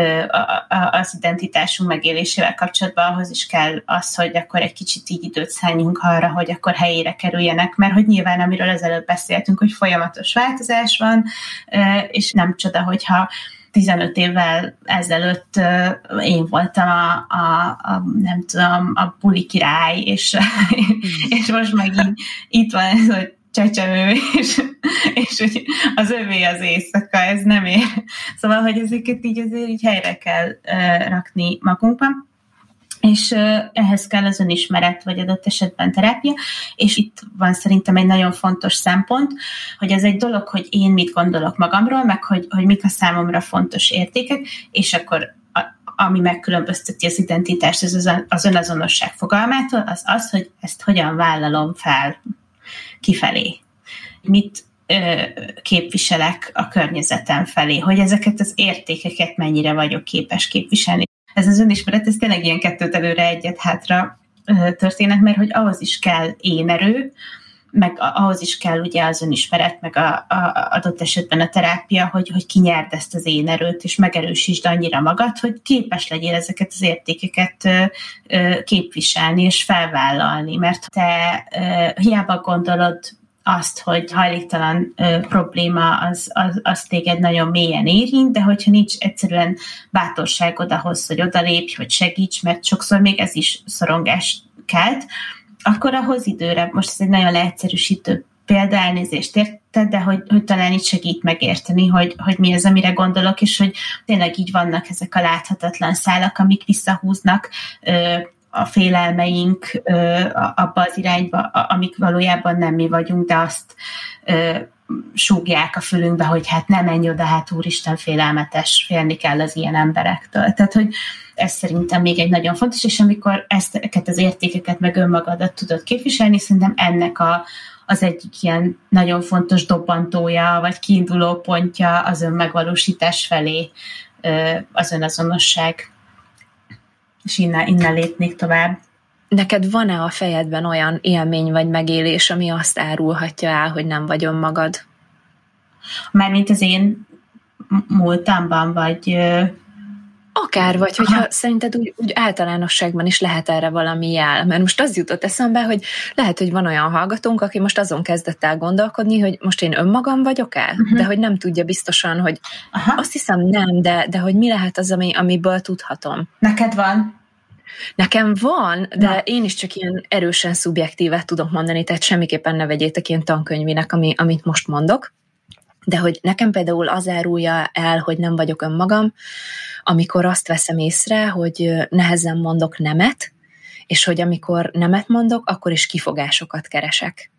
az identitásunk megélésével kapcsolatban, ahhoz is kell az, hogy akkor egy kicsit így időt szálljunk arra, hogy akkor helyére kerüljenek, mert hogy nyilván, amiről ezelőtt beszéltünk, hogy folyamatos változás van, és nem csoda, hogyha 15 évvel ezelőtt én voltam nem tudom, a buli király, és most meg itt van ez, hogy csecsemő, és hogy az övé az éjszaka, ez nem ér. Szóval, hogy ezeket így azért így helyre kell rakni magunkban. És ehhez kell az önismeret, vagy adott esetben terápia, és itt van szerintem egy nagyon fontos szempont, hogy ez egy dolog, hogy én mit gondolok magamról, meg hogy mik a számomra fontos értékek, és akkor ami megkülönbözteti az identitást az önazonosság fogalmától, az, hogy ezt hogyan vállalom fel kifelé. Mit képviselek a környezetem felé, hogy ezeket az értékeket mennyire vagyok képes képviselni. Ez az önismeret, ez tényleg ilyen kettőt előre, egyet hátra történet, mert hogy ahhoz is kell énerő, meg ahhoz is kell ugye az önismeret, meg adott esetben a terápia, hogy kinyerd ezt az énerőt, és megerősítsd annyira magad, hogy képes legyél ezeket az értékeket képviselni és felvállalni, mert te hiába gondolod azt, hogy hajléktalan probléma az téged nagyon mélyen érint, de hogyha nincs egyszerűen bátorságod ahhoz, hogy odalépj, hogy segíts, mert sokszor még ez is szorongást kelt, akkor ahhoz időre, most ez egy nagyon leegyszerűsítő példa, elnézést érted, de hogy talán itt segít megérteni, hogy mi az, amire gondolok, és hogy tényleg így vannak ezek a láthatatlan szálak, amik visszahúznak a félelmeink abba az irányba, amik valójában nem mi vagyunk, de azt súgják a fülünkbe, hogy hát ne menj oda, hát úristen félelmetes, félni kell az ilyen emberektől. Tehát, hogy ez szerintem még egy nagyon fontos, és amikor ezeket az értékeket meg önmagadat tudod képviselni, szerintem ennek az egyik ilyen nagyon fontos dobbantója, vagy kiinduló pontja az önmegvalósítás felé az önazonosság. És innen lépnék tovább.
Neked van-e a fejedben olyan élmény vagy megélés, ami azt árulhatja el, hogy nem vagy önmagad?
Mármint az én múltamban, vagy...
Akár, vagy hogyha szerinted úgy általánosságban is lehet erre valami jel. Mert most az jutott eszembe, hogy lehet, hogy van olyan hallgatónk, aki most azon kezdett el gondolkodni, hogy most én önmagam vagyok-e? De hogy nem tudja biztosan, hogy azt hiszem nem, de hogy mi lehet az, amiből tudhatom.
Neked van?
Nekem van, de én is csak ilyen erősen szubjektívet tudok mondani, tehát semmiképpen ne vegyétek ilyen tankönyvinek, amit most mondok. De hogy nekem például az árulja el, hogy nem vagyok önmagam, amikor azt veszem észre, hogy nehezen mondok nemet, és hogy amikor nemet mondok, akkor is kifogásokat keresek,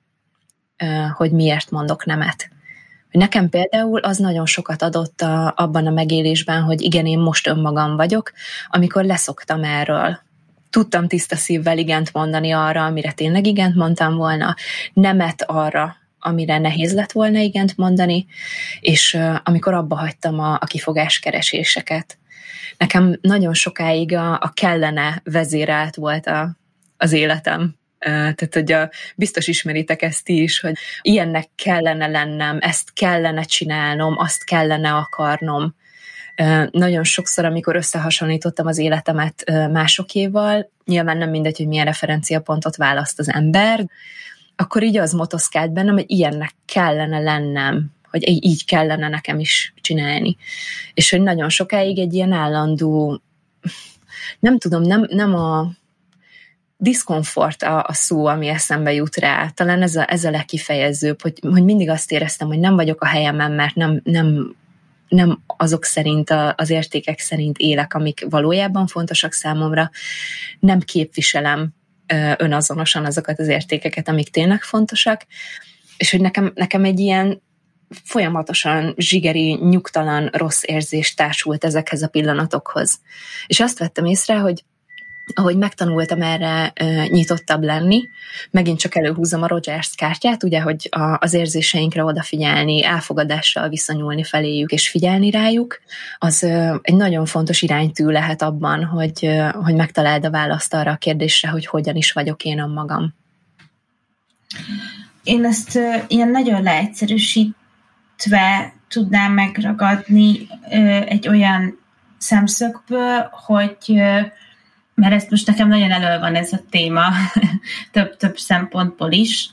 hogy miért mondok nemet. Nekem például az nagyon sokat adott abban a megélésben, hogy igen, én most önmagam vagyok, amikor leszoktam erről. Tudtam tiszta szívvel igent mondani arra, amire tényleg igent mondtam volna, nemet arra, amire nehéz lett volna igent mondani, és amikor abba hagytam a kifogáskereséseket. Nekem nagyon sokáig a kellene vezérelt volt az életem. Tehát, hogy biztos ismeritek ezt ti is, hogy ilyennek kellene lennem, ezt kellene csinálnom, azt kellene akarnom. Nagyon sokszor, amikor összehasonlítottam az életemet másokéval, nyilván nem mindegy, hogy milyen referenciapontot választ az ember, akkor így az motoszkált bennem, hogy ilyennek kellene lennem, hogy így kellene nekem is csinálni. És hogy nagyon sokáig egy ilyen állandó, nem tudom, nem a diszkomfort a szó, ami eszembe jut rá. Talán ez a legkifejezőbb, hogy mindig azt éreztem, hogy nem vagyok a helyemen, mert nem azok szerint, az értékek szerint élek, amik valójában fontosak számomra. Nem képviselem önazonosan azokat az értékeket, amik tényleg fontosak, és hogy nekem egy ilyen folyamatosan zsigeri, nyugtalan, rossz érzés társult ezekhez a pillanatokhoz. És azt vettem észre, hogy ahogy megtanultam erre nyitottabb lenni, megint csak előhúzom a Rogers kártyát, ugye, hogy az érzéseinkre odafigyelni, elfogadással viszonyulni feléjük és figyelni rájuk, az egy nagyon fontos iránytű lehet abban, hogy megtaláld a választ arra a kérdésre, hogy hogyan is vagyok én önmagam.
Én ezt ilyen nagyon leegyszerűsítve tudnám megragadni egy olyan szemszögből, hogy mert ezt most nekem nagyon elő van ez a téma, több szempontból is.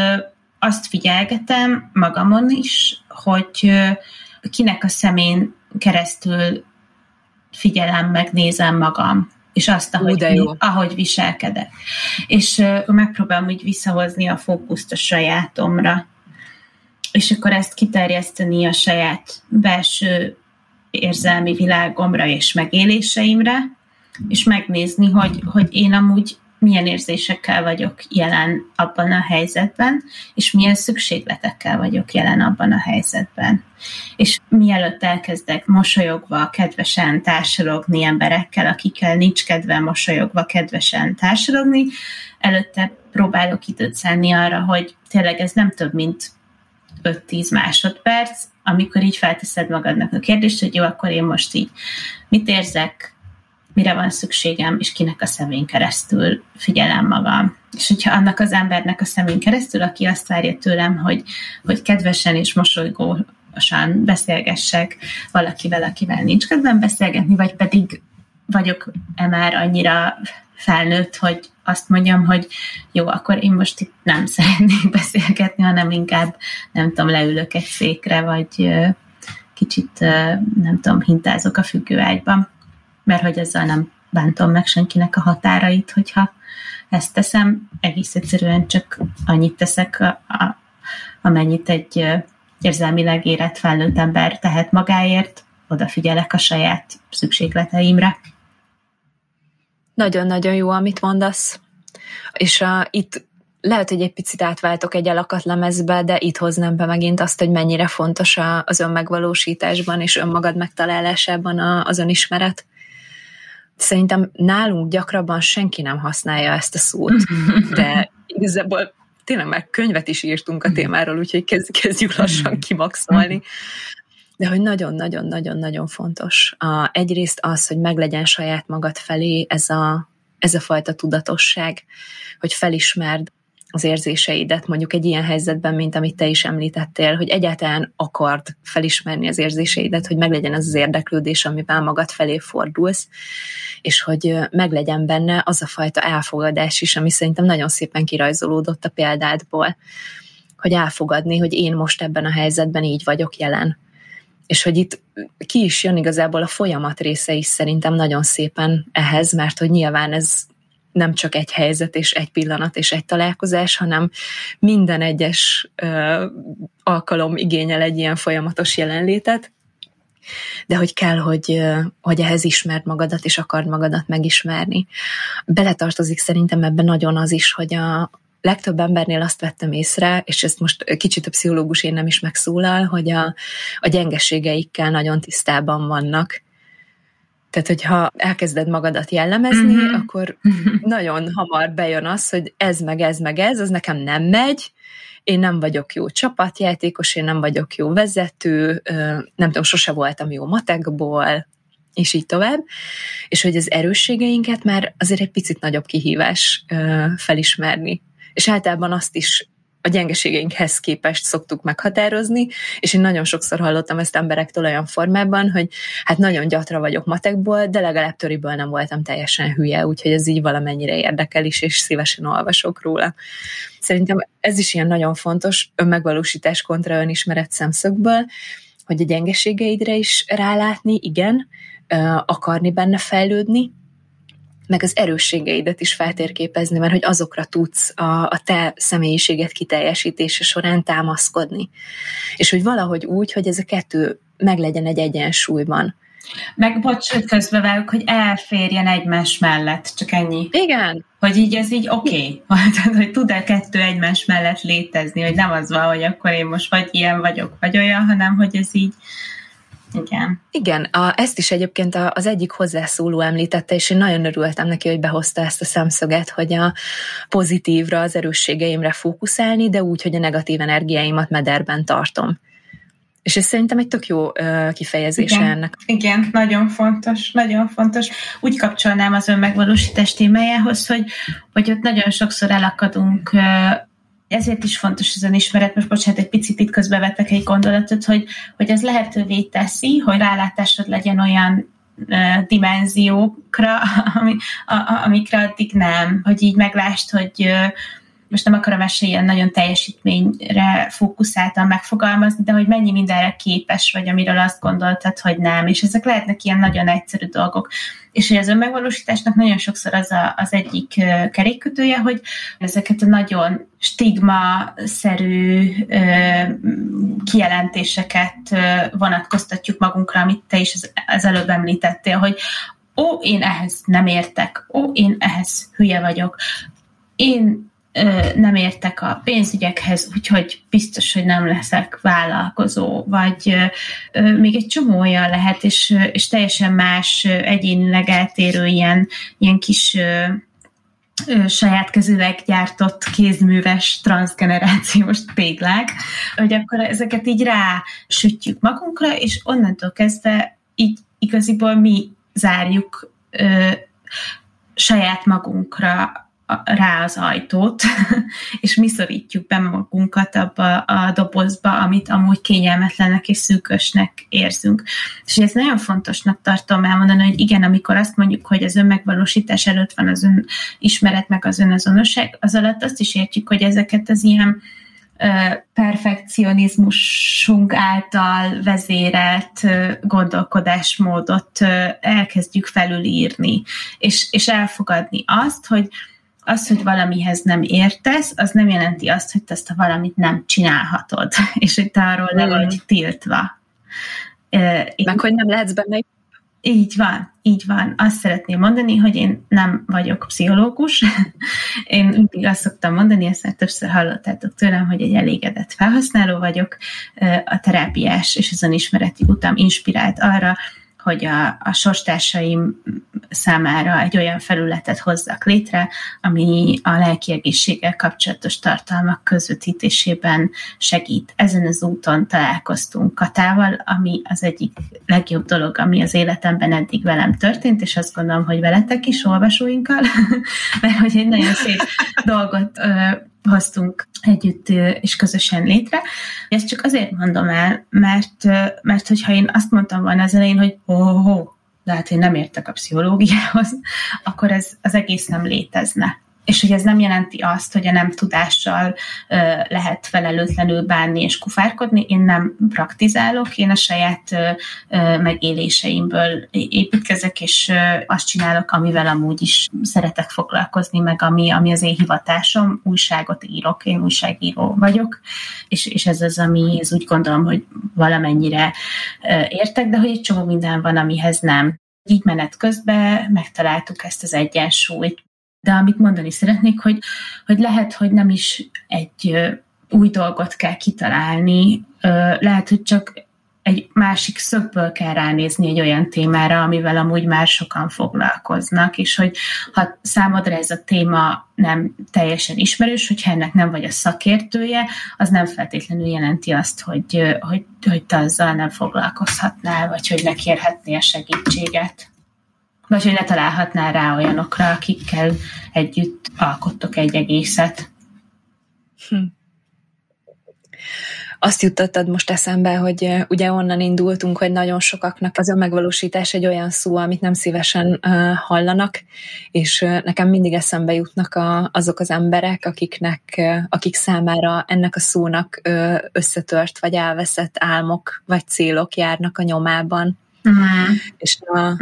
Azt figyelgetem magamon is, hogy kinek a keresztül figyelem, megnézem magam, és azt, ahogy viselkedek. És megpróbálom úgy visszahozni a fókuszt a sajátomra, és akkor ezt kiterjeszteni a saját belső érzelmi világomra és megéléseimre, és megnézni, hogy én amúgy milyen érzésekkel vagyok jelen abban a helyzetben, és milyen szükségletekkel vagyok jelen abban a helyzetben. És mielőtt elkezdek mosolyogva, kedvesen társalogni emberekkel, akikkel nincs kedvem mosolyogva, kedvesen társalogni, előtte próbálok időt szánni arra, hogy tényleg ez nem több, mint 5-10 másodperc, amikor így felteszed magadnak a kérdést, hogy jó, akkor én most így mit érzek, mire van szükségem, és kinek a szemén keresztül figyelem magam. És hogyha annak az embernek a szemén keresztül, aki azt várja tőlem, hogy kedvesen és mosolygósan beszélgessek valakivel, akivel nincs kedvem beszélgetni, vagy pedig vagyok-e már annyira felnőtt, hogy azt mondjam, hogy jó, akkor én most itt nem szeretnék beszélgetni, hanem inkább, nem tudom, leülök egy székre, vagy kicsit, nem tudom, hintázok a függőágyban, mert hogy ezzel nem bántom meg senkinek a határait, hogyha ezt teszem, egész egyszerűen csak annyit teszek, amennyit egy érzelmileg érett felnőtt ember tehet magáért, odafigyelek a saját szükségleteimre.
Nagyon-nagyon jó, amit mondasz. És itt lehet, hogy egy picit átváltok egy alakatlemezbe, de itt hoznám be megint azt, hogy mennyire fontos az önmegvalósításban és önmagad megtalálásában az önismeret. Szerintem nálunk gyakrabban senki nem használja ezt a szót, de igazából tényleg már könyvet is írtunk a témáról, úgyhogy kezdjük lassan kimaxolni. De hogy nagyon-nagyon-nagyon-nagyon fontos. Egyrészt az, hogy meglegyen saját magad felé ez a fajta tudatosság, hogy felismerd az érzéseidet, mondjuk egy ilyen helyzetben, mint amit te is említettél, hogy egyáltalán akard felismerni az érzéseidet, hogy meglegyen az érdeklődés, amivel magad felé fordulsz, és hogy meglegyen benne az a fajta elfogadás is, ami szerintem nagyon szépen kirajzolódott a példádból, hogy elfogadni, hogy én most ebben a helyzetben így vagyok jelen. És hogy itt ki is jön igazából a folyamat része is szerintem nagyon szépen ehhez, mert hogy nyilván ez nem csak egy helyzet és egy pillanat és egy találkozás, hanem minden egyes alkalom igényel egy ilyen folyamatos jelenlétet, de hogy kell, hogy ehhez ismerd magadat, és akard magadat megismerni. Beletartozik szerintem ebben nagyon az is, hogy a legtöbb embernél azt vettem észre, és ezt most kicsit a pszichológus én nem is megszólal, hogy a gyengeségeikkel nagyon tisztában vannak. Tehát, hogyha elkezded magadat jellemezni, akkor nagyon hamar bejön az, hogy ez, az nekem nem megy, én nem vagyok jó csapatjátékos, én nem vagyok jó vezető, nem tudom, sose voltam jó matekból, és így tovább. És hogy az erősségeinket már azért egy picit nagyobb kihívás felismerni. És általában azt is a gyengeségeinkhez képest szoktuk meghatározni, és én nagyon sokszor hallottam ezt emberektől olyan formában, hogy hát nagyon gyatra vagyok matekból, de legalább töriből nem voltam teljesen hülye, úgyhogy ez így valamennyire érdekel is, és szívesen olvasok róla. Szerintem ez is ilyen nagyon fontos önmegvalósítás kontra önismeret szemszögből, hogy a gyengeségeidre is rálátni, igen, akarni benne fejlődni, meg az erősségeidet is feltérképezni, mert hogy azokra tudsz a te személyiséget kiteljesítése során támaszkodni. És hogy valahogy úgy, hogy ez a kettő meglegyen egy egyensúlyban.
Meg bocs, hogy közbevágok, hogy elférjen egymás mellett, csak ennyi.
Igen.
Hogy így ez így oké. Tehát, hogy tud-e kettő egymás mellett létezni, hogy nem az van, hogy akkor én most vagy ilyen vagyok, vagy olyan, hanem hogy ez így
Igen, ezt is egyébként az egyik hozzászóló említette, és én nagyon örültem neki, hogy behozta ezt a szemszöget, hogy a pozitívra, az erősségeimre fókuszálni, de úgy, hogy a negatív energiáimat mederben tartom. És ez szerintem egy tök jó kifejezése ennek.
Igen, nagyon fontos, nagyon fontos. Úgy kapcsolnám az önmegvalósítás témájához, hogy ott nagyon sokszor elakadunk. Ezért is fontos az önismeret, most bocsánat, egy picit itt közbevettek egy gondolatot, hogy ez lehetővé teszi, hogy rálátásod legyen olyan dimenziókra, amikre addig nem, hogy így meglásd, hogy most nem akarom ezt ilyen nagyon teljesítményre fókuszáltan megfogalmazni, de hogy mennyi mindenre képes vagy, amiről azt gondoltad, hogy nem, és ezek lehetnek ilyen nagyon egyszerű dolgok. És hogy az önmegvalósításnak nagyon sokszor az egyik kerékkötője, hogy ezeket a nagyon stigma-szerű kijelentéseket vonatkoztatjuk magunkra, amit te is az előbb említettél, hogy én ehhez nem értek, én ehhez hülye vagyok, én nem értek a pénzügyekhez, úgyhogy biztos, hogy nem leszek vállalkozó, vagy még egy csomó olyan lehet, és teljesen más, egyénileg eltérő ilyen kis saját kezűleg gyártott kézműves transzgenerációs téglák, hogy akkor ezeket így rásütjük magunkra, és onnantól kezdve így igaziból mi zárjuk saját magunkra rá az ajtót, és mi szorítjuk be magunkat abba a dobozba, amit amúgy kényelmetlennek és szűkösnek érzünk. És ezt nagyon fontosnak tartom elmondani, hogy igen, amikor azt mondjuk, hogy az önmegvalósítás előtt van az önismeret, meg az önazonosság, az alatt azt is értjük, hogy ezeket az ilyen perfekcionizmusunk által vezérelt gondolkodásmódot elkezdjük felülírni, és elfogadni azt, hogy valamihez nem értesz, az nem jelenti azt, hogy te ezt a valamit nem csinálhatod, és hogy te arról le vagy tiltva.
Meg hogy nem lehetsz benne.
Így van. Azt szeretném mondani, hogy én nem vagyok pszichológus. Én mindig azt szoktam mondani, ezt már többször hallottátok tőlem, hogy egy elégedett felhasználó vagyok. A terápiás és az önismereti utam inspirált arra, hogy a sorstársaim számára egy olyan felületet hozzak létre, ami a lelki egészséggel kapcsolatos tartalmak közvetítésében segít. Ezen az úton találkoztunk Katával, ami az egyik legjobb dolog, ami az életemben eddig velem történt, és azt gondolom, hogy veletek is, olvasóinkkal, mert hogy egy nagyon szép dolgot hoztunk együtt és közösen létre. Ezt csak azért mondom el, mert hogyha én azt mondtam volna az elején, hogy de hát én nem értek a pszichológiához, akkor ez az egész nem létezne. És hogy ez nem jelenti azt, hogy a nem tudással lehet felelőtlenül bánni és kufárkodni. Én nem praktizálok, én a saját megéléseimből építkezek, és azt csinálok, amivel amúgy is szeretek foglalkozni, meg ami az én hivatásom, újságot írok, én újságíró vagyok, és ez az, amihez úgy gondolom, hogy valamennyire értek, de hogy egy csomó minden van, amihez nem. Így menet közben megtaláltuk ezt az egyensúlyt. De amit mondani szeretnék, hogy lehet, hogy nem is egy új dolgot kell kitalálni, lehet, hogy csak egy másik szögből kell ránézni egy olyan témára, amivel amúgy már sokan foglalkoznak, és hogy ha számodra ez a téma nem teljesen ismerős, hogyha ennek nem vagy a szakértője, az nem feltétlenül jelenti azt, hogy te azzal nem foglalkozhatnál, vagy hogy ne kérhetnél segítséget. Vagy hogy ne találhatnál rá olyanokra, akikkel együtt alkottok egy egészet.
Azt juttattad most eszembe, hogy ugye onnan indultunk, hogy nagyon sokaknak az önmegvalósítás egy olyan szó, amit nem szívesen hallanak, és nekem mindig eszembe jutnak azok az emberek, akik számára ennek a szónak összetört vagy elveszett álmok vagy célok járnak a nyomában. És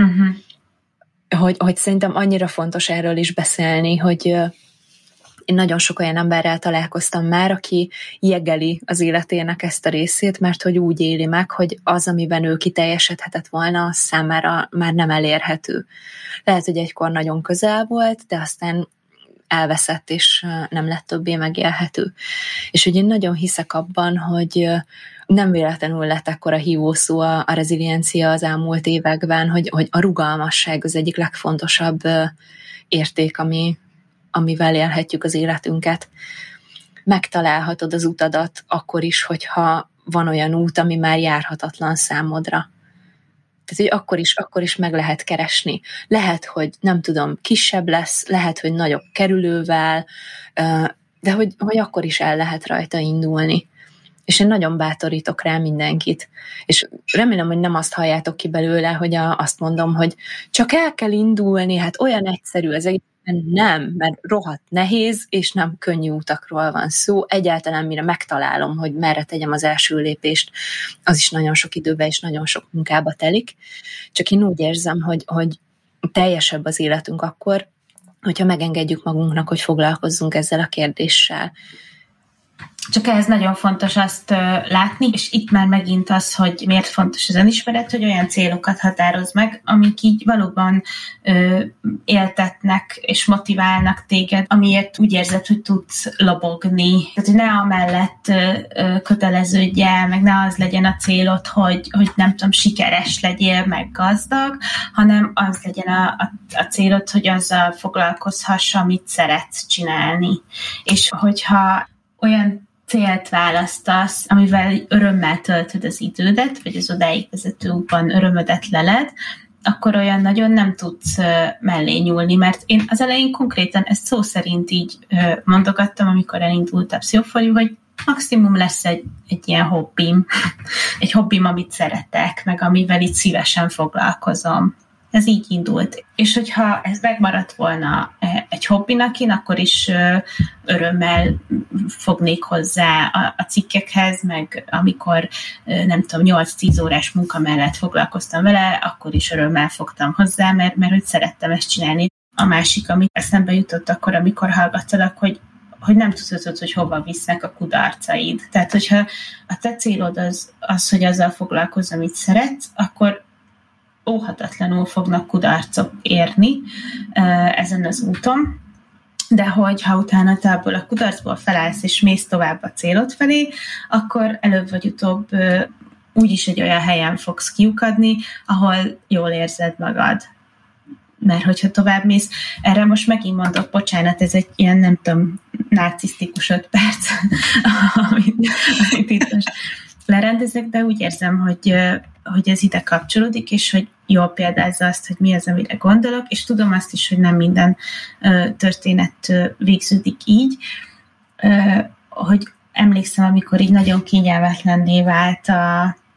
hogy szerintem annyira fontos erről is beszélni, hogy én nagyon sok olyan emberrel találkoztam már, aki jeggeli az életének ezt a részét, mert hogy úgy éli meg, hogy az, amiben ő kiteljesedhetett volna, az számára már nem elérhető. Lehet, hogy egykor nagyon közel volt, de aztán elveszett, és nem lett többé megélhető. És hogy én nagyon hiszek abban, hogy nem véletlenül lett ekkora hívószó a reziliencia az elmúlt években, hogy a rugalmasság az egyik legfontosabb érték, amivel élhetjük az életünket. Megtalálhatod az utadat akkor is, hogyha van olyan út, ami már járhatatlan számodra. Tehát, hogy akkor is meg lehet keresni. Lehet, hogy nem tudom, kisebb lesz, lehet, hogy nagyobb kerülővel, de hogy akkor is el lehet rajta indulni. És én nagyon bátorítok rá mindenkit. És remélem, hogy nem azt halljátok ki belőle, hogy azt mondom, hogy csak el kell indulni, hát olyan egyszerű az egész. Nem, mert rohadt nehéz, és nem könnyű utakról van szó. Egyáltalán mire megtalálom, hogy merre tegyem az első lépést, az is nagyon sok időbe és nagyon sok munkába telik. Csak én úgy érzem, hogy teljesebb az életünk akkor, hogyha megengedjük magunknak, hogy foglalkozzunk ezzel a kérdéssel.
Csak ehhez nagyon fontos azt látni, és itt már megint az, hogy miért fontos az önismeret, hogy olyan célokat határoz meg, amik így valóban éltetnek és motiválnak téged, amiért úgy érzed, hogy tudsz lobogni. Tehát, hogy ne amellett köteleződj el, meg ne az legyen a célod, hogy nem tudom, sikeres legyél, meg gazdag, hanem az legyen a célod, hogy azzal foglalkozhass, amit szeretsz csinálni. És hogyha olyan célt választasz, amivel örömmel töltöd az idődet, vagy az odáig vezető útban örömödet leled, akkor olyan nagyon nem tudsz mellé nyúlni, mert én az elején konkrétan ezt szó szerint így mondogattam, amikor elindult a Pszichoforjú, hogy maximum lesz egy ilyen hobbim, egy hobbim, amit szeretek, meg amivel itt szívesen foglalkozom. Ez így indult. És hogyha ez megmaradt volna egy hobbinak, én akkor is örömmel fognék hozzá a cikkekhez, meg amikor nem tudom, 8-10 órás munka mellett foglalkoztam vele, akkor is örömmel fogtam hozzá, mert hogy szerettem ezt csinálni. A másik, ami eszembe jutott akkor, amikor hallgattalak, hogy nem tudod, hogy hova visznek a kudarcaid. Tehát, hogyha a te célod az, hogy azzal foglalkozz, amit szeretsz, akkor óhatatlanul fognak kudarcok érni ezen az úton, de hogyha utána te abból a kudarcból felállsz és mész tovább a célod felé, akkor előbb vagy utóbb úgyis egy olyan helyen fogsz kiukadni, ahol jól érzed magad. Mert hogyha tovább mész, erre most megint mondok, bocsánat, ez egy ilyen, nem tudom, narcisztikus 5 perc, amit itt most lerendezek, de úgy érzem, hogy ez ide kapcsolódik, és hogy jól példázza azt, hogy mi az, amire gondolok, és tudom azt is, hogy nem minden történet végződik így, hogy emlékszem, amikor így nagyon kényelmetlenné vált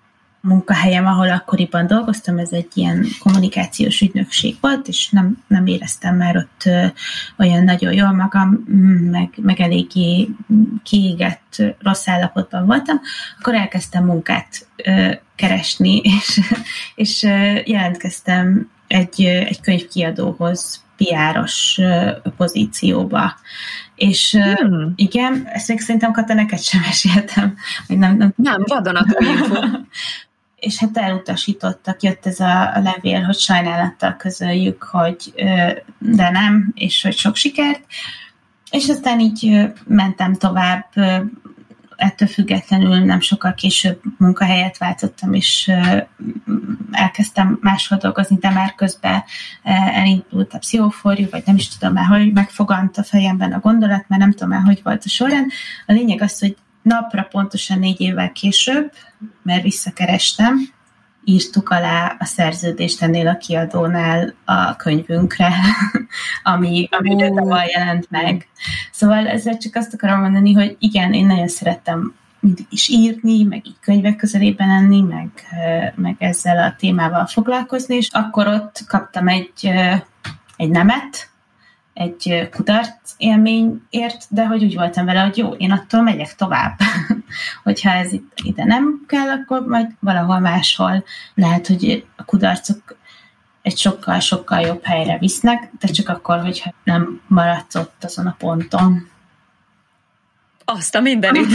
munkahelyem, ahol akkoriban dolgoztam, ez egy ilyen kommunikációs ügynökség volt, és nem éreztem már ott olyan nagyon jól magam, meg eléggé kiégett, rossz állapotban voltam, akkor elkezdtem munkát keresni, és jelentkeztem egy könyvkiadóhoz, PR-os pozícióba. És igen, ezt még szerintem, Kata, neked sem meséltem.
Nem, vadonatúj info.
És hát elutasítottak, jött ez a levél, hogy sajnálattal közöljük, hogy de nem, és hogy sok sikert. És aztán így mentem tovább, ettől függetlenül nem sokkal később munkahelyet váltottam, és elkezdtem máshol dolgozni, de már közben elindult a Pszichó4U, vagy nem is tudom már, hogy megfogant a fejemben a gondolat, mert nem tudom már, hogy volt a sorrend. A lényeg az, hogy napra pontosan 4 évvel később, mert visszakerestem, írtuk alá a szerződést ennél a kiadónál a könyvünkre, ami tavaly jelent meg. Szóval ezzel csak azt akarom mondani, hogy igen, én nagyon szerettem mindig is írni, meg így könyvek közelében lenni, meg ezzel a témával foglalkozni, és akkor ott kaptam egy nemet, egy kudarc élményért, de hogy úgy voltam vele, hogy jó, én attól megyek tovább. Hogyha ez ide nem kell, akkor majd valahol máshol lehet, hogy a kudarcok egy sokkal-sokkal jobb helyre visznek, de csak akkor, hogyha nem maradsz ott azon a ponton.
Azt a mindenit.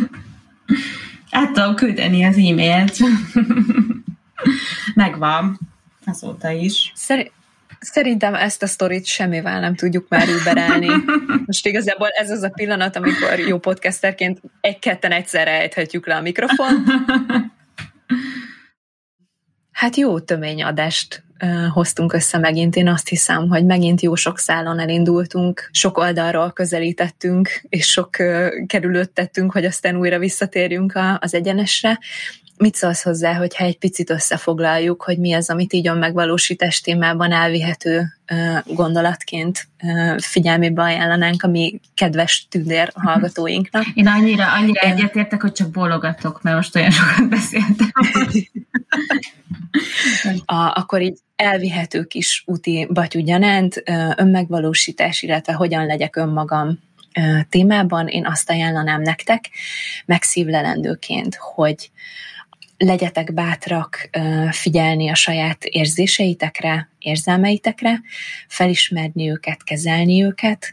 Át tudom küldeni az e-mailt. Megvan. Azóta is.
Szerintem ezt a sztorit semmivel nem tudjuk már überelni. Most igazából ez az a pillanat, amikor jó podcasterként egy-ketten egyszerre ejthetjük le a mikrofon. Hát jó tömény adást hoztunk össze megint. Én azt hiszem, hogy megint jó sok szálon elindultunk, sok oldalról közelítettünk, és sok kerülőt tettünk, hogy aztán újra visszatérjünk az egyenesre. Mit szólsz hozzá, hogyha egy picit összefoglaljuk, hogy mi az, amit így önmegvalósítás témában elvihető gondolatként figyelmébe ajánlanánk a mi kedves tündér hallgatóinknak?
Én annyira egyetértek, hogy csak bólogatok, mert most olyan sokat beszéltem.
Akkor így elvihető kis úti batyú gyanánt, önmegvalósítás, illetve hogyan legyek önmagam témában, én azt ajánlanám nektek, megszívlelendőként, hogy legyetek bátrak figyelni a saját érzéseitekre, érzelmeitekre, felismerni őket, kezelni őket,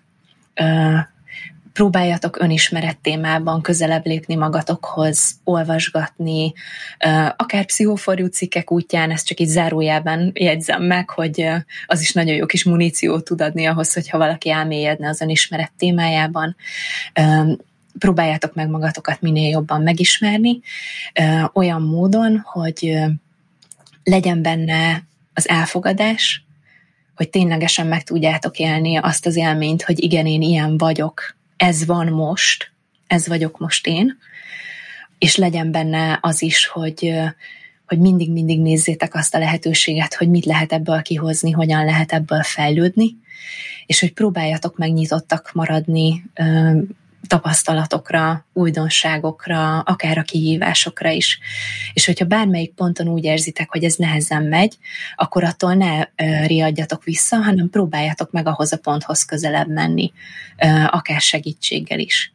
próbáljatok önismeret témában közelebb lépni magatokhoz, olvasgatni, akár Pszichó4U cikkek útján, ezt csak így zárójában jegyzem meg, hogy az is nagyon jó kis muníciót tud adni ahhoz, hogyha valaki elmélyedne az önismeret témájában. Próbáljátok meg magatokat minél jobban megismerni, olyan módon, hogy legyen benne az elfogadás, hogy ténylegesen meg tudjátok élni azt az élményt, hogy igen, én ilyen vagyok, ez van most, ez vagyok most én, és legyen benne az is, hogy mindig nézzétek azt a lehetőséget, hogy mit lehet ebből kihozni, hogyan lehet ebből fejlődni, és hogy próbáljatok megnyitottak maradni tapasztalatokra, újdonságokra, akár a kihívásokra is. És hogyha bármelyik ponton úgy érzitek, hogy ez nehezen megy, akkor attól ne riadjatok vissza, hanem próbáljatok meg ahhoz a ponthoz közelebb menni, akár segítséggel is.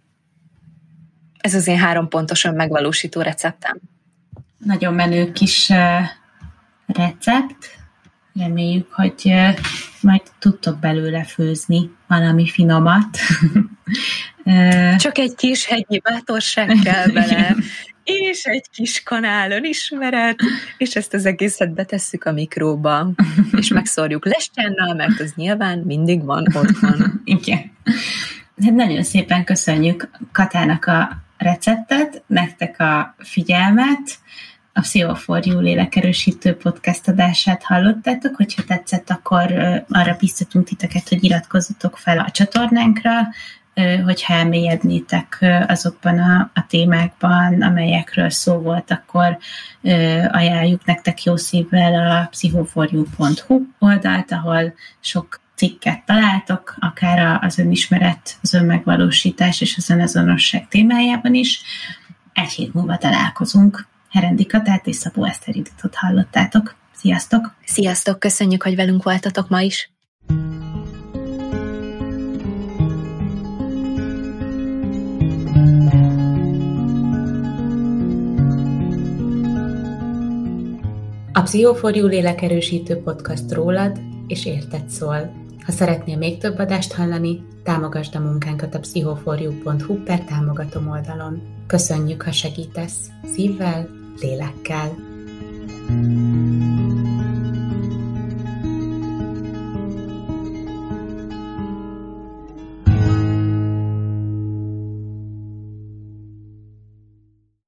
Ez az én 3 pontos önmegvalósító receptem.
Nagyon menő kis recept. Reméljük, hogy majd tudtok belőle főzni valami finomat.
Csak egy kis hegyi bátorság kell bele, és egy kis kanál önismeret, és ezt az egészet betesszük a mikróba, és megszórjuk lescsennel, mert az nyilván mindig van otthon.
Igen. Hát nagyon szépen köszönjük Katának a receptet, nektek a figyelmet, a Pszichó4U lélekerősítő podcast adását hallottátok, hogyha tetszett, akkor arra biztatunk titeket, hogy iratkozzatok fel a csatornánkra, hogyha elmélyednétek azokban a témákban, amelyekről szó volt, akkor ajánljuk nektek jó szívvel a pszichó4u.hu oldalt, ahol sok cikket találtok, akár az önismeret, az önmegvalósítás és az önazonosság témájában is. 1 hét múlva találkozunk. Herendi Katát és Szabó Eszter Juditot hallottátok. Sziasztok!
Sziasztok! Köszönjük, hogy velünk voltatok ma is!
A Pszicho4U lélekerősítő podcast rólad és érted szól. Ha szeretnél még több adást hallani, támogasd a munkánkat a pszicho4u.hu/támogatom oldalon. Köszönjük, ha segítesz szívvel, lélekkel.